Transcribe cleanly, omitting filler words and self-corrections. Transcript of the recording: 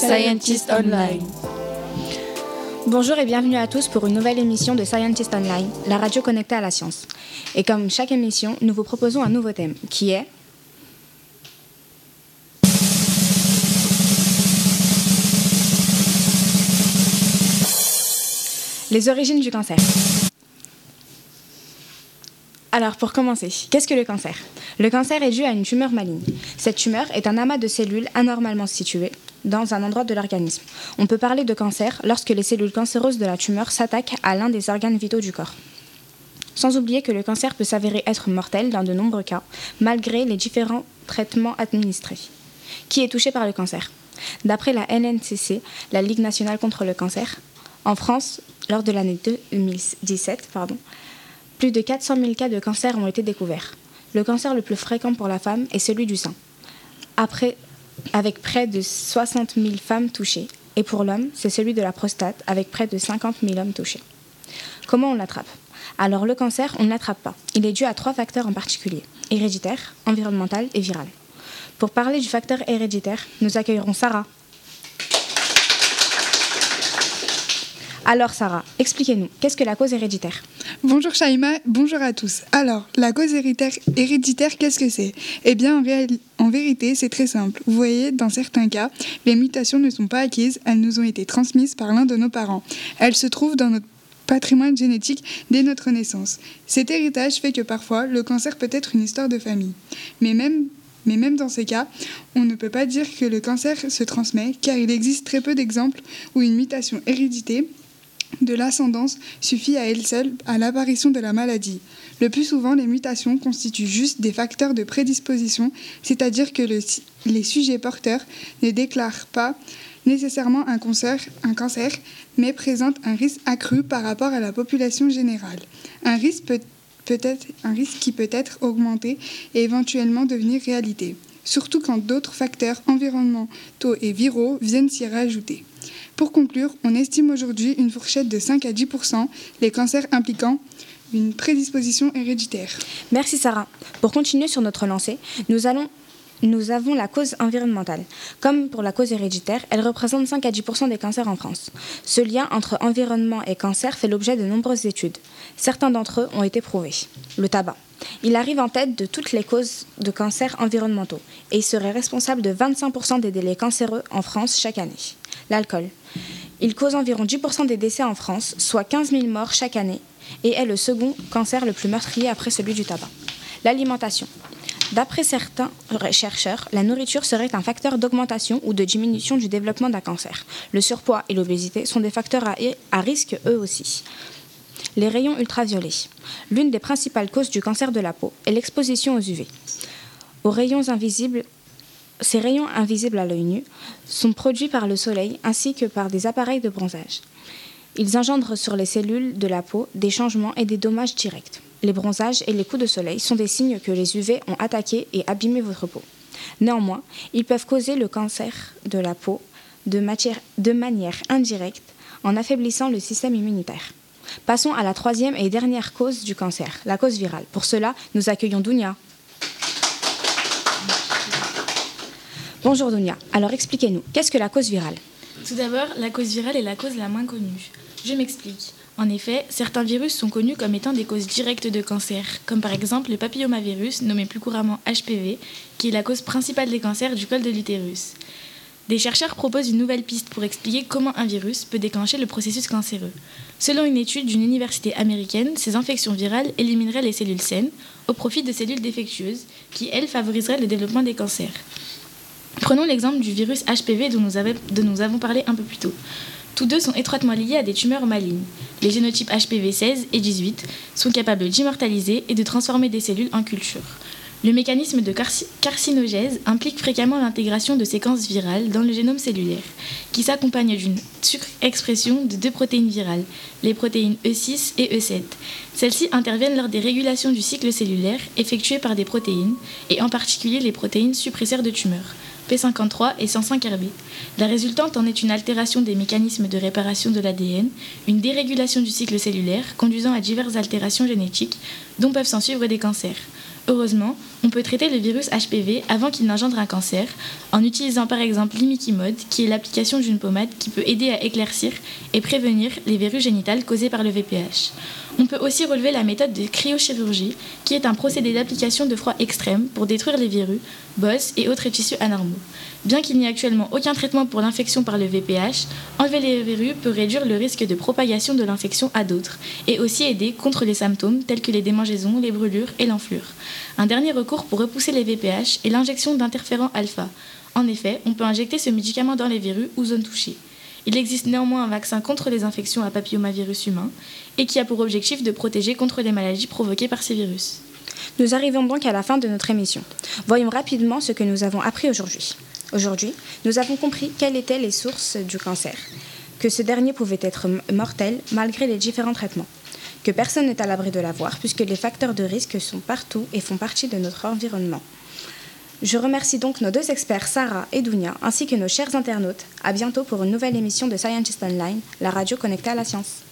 Scientist Online. Bonjour et bienvenue à tous pour une nouvelle émission de Scientist Online, la radio connectée à la science. Et comme chaque émission, nous vous proposons un nouveau thème, qui est les origines du cancer. Alors pour commencer, qu'est-ce que le cancer ? Le cancer est dû à une tumeur maligne. Cette tumeur est un amas de cellules anormalement situées dans un endroit de l'organisme. On peut parler de cancer lorsque les cellules cancéreuses de la tumeur s'attaquent à l'un des organes vitaux du corps. Sans oublier que le cancer peut s'avérer être mortel dans de nombreux cas, malgré les différents traitements administrés. Qui est touché par le cancer ? D'après la LNCC, la Ligue nationale contre le cancer, en France, lors de l'année 2017, plus de 400 000 cas de cancer ont été découverts. Le cancer le plus fréquent pour la femme est celui du sein, avec près de 60 000 femmes touchées. Et pour l'homme, c'est celui de la prostate, avec près de 50 000 hommes touchés. Comment on l'attrape ? Alors le cancer, on ne l'attrape pas. Il est dû à 3 facteurs en particulier, héréditaire, environnemental et viral. Pour parler du facteur héréditaire, nous accueillerons Sarah. Alors Sarah, expliquez-nous, qu'est-ce que la cause héréditaire ? Bonjour Shaima, bonjour à tous. Alors, la cause héréditaire, qu'est-ce que c'est ? Eh bien, en vérité, c'est très simple. Vous voyez, dans certains cas, les mutations ne sont pas acquises, elles nous ont été transmises par l'un de nos parents. Elles se trouvent dans notre patrimoine génétique dès notre naissance. Cet héritage fait que parfois, le cancer peut être une histoire de famille. Mais même dans ces cas, on ne peut pas dire que le cancer se transmet, car il existe très peu d'exemples où une mutation héréditée de l'ascendance suffit à elle seule à l'apparition de la maladie. Le plus souvent, les mutations constituent juste des facteurs de prédisposition, c'est-à-dire que les sujets porteurs ne déclarent pas nécessairement un cancer, mais présentent un risque accru par rapport à la population générale. Un risque qui peut être augmenté et éventuellement devenir réalité, surtout quand d'autres facteurs environnementaux et viraux viennent s'y rajouter. Pour conclure, on estime aujourd'hui une fourchette de 5 à 10% les cancers impliquant une prédisposition héréditaire. Merci Sarah. Pour continuer sur notre lancée, nous avons la cause environnementale. Comme pour la cause héréditaire, elle représente 5 à 10% des cancers en France. Ce lien entre environnement et cancer fait l'objet de nombreuses études. Certains d'entre eux ont été prouvés. Le tabac. Il arrive en tête de toutes les causes de cancers environnementaux et il serait responsable de 25% des délais cancéreux en France chaque année. L'alcool. Il cause environ 10% des décès en France, soit 15 000 morts chaque année, et est le second cancer le plus meurtrier après celui du tabac. L'alimentation. D'après certains chercheurs, la nourriture serait un facteur d'augmentation ou de diminution du développement d'un cancer. Le surpoids et l'obésité sont des facteurs à risque eux aussi. Les rayons ultraviolets. L'une des principales causes du cancer de la peau est l'exposition aux UV. Ces rayons invisibles à l'œil nu sont produits par le soleil ainsi que par des appareils de bronzage. Ils engendrent sur les cellules de la peau des changements et des dommages directs. Les bronzages et les coups de soleil sont des signes que les UV ont attaqué et abîmé votre peau. Néanmoins, ils peuvent causer le cancer de la peau de manière indirecte en affaiblissant le système immunitaire. Passons à la 3e et dernière cause du cancer, la cause virale. Pour cela, nous accueillons Dounia. Bonjour Dounia, alors expliquez-nous, qu'est-ce que la cause virale ? Tout d'abord, la cause virale est la cause la moins connue. Je m'explique. En effet, certains virus sont connus comme étant des causes directes de cancer, comme par exemple le papillomavirus, nommé plus couramment HPV, qui est la cause principale des cancers du col de l'utérus. Des chercheurs proposent une nouvelle piste pour expliquer comment un virus peut déclencher le processus cancéreux. Selon une étude d'une université américaine, ces infections virales élimineraient les cellules saines au profit de cellules défectueuses, qui, elles, favoriseraient le développement des cancers. Prenons l'exemple du virus HPV dont nous avons parlé un peu plus tôt. Tous deux sont étroitement liés à des tumeurs malignes. Les génotypes HPV 16 et 18 sont capables d'immortaliser et de transformer des cellules en culture. Le mécanisme de carcinogèse implique fréquemment l'intégration de séquences virales dans le génome cellulaire, qui s'accompagne d'une surexpression de 2 protéines virales, les protéines E6 et E7. Celles-ci interviennent lors des régulations du cycle cellulaire effectuées par des protéines, et en particulier les protéines suppresseurs de tumeurs, P53 et 105RB. La résultante en est une altération des mécanismes de réparation de l'ADN, une dérégulation du cycle cellulaire conduisant à diverses altérations génétiques, dont peuvent s'en suivre des cancers. Heureusement, On peut traiter le virus HPV avant qu'il n'engendre un cancer en utilisant par exemple l'imikimod, qui est l'application d'une pommade qui peut aider à éclaircir et prévenir les verrues génitales causées par le VPH. On peut aussi relever la méthode de cryochirurgie, qui est un procédé d'application de froid extrême pour détruire les verrues, bosses et autres tissus anormaux. Bien qu'il n'y ait actuellement aucun traitement pour l'infection par le VPH, enlever les verrues peut réduire le risque de propagation de l'infection à d'autres et aussi aider contre les symptômes tels que les démangeaisons, les brûlures et l'enflure. Un dernier recours pour repousser les VPH est l'injection d'interférons alpha. En effet, on peut injecter ce médicament dans les verrues ou zones touchées. Il existe néanmoins un vaccin contre les infections à papillomavirus humain et qui a pour objectif de protéger contre les maladies provoquées par ces virus. Nous arrivons donc à la fin de notre émission. Voyons rapidement ce que nous avons appris aujourd'hui. Aujourd'hui, nous avons compris quelles étaient les sources du cancer, que ce dernier pouvait être mortel malgré les différents traitements, que personne n'est à l'abri de l'avoir puisque les facteurs de risque sont partout et font partie de notre environnement. Je remercie donc nos deux experts, Sarah et Dounia, ainsi que nos chers internautes. À bientôt pour une nouvelle émission de Scientist Online, la radio connectée à la science.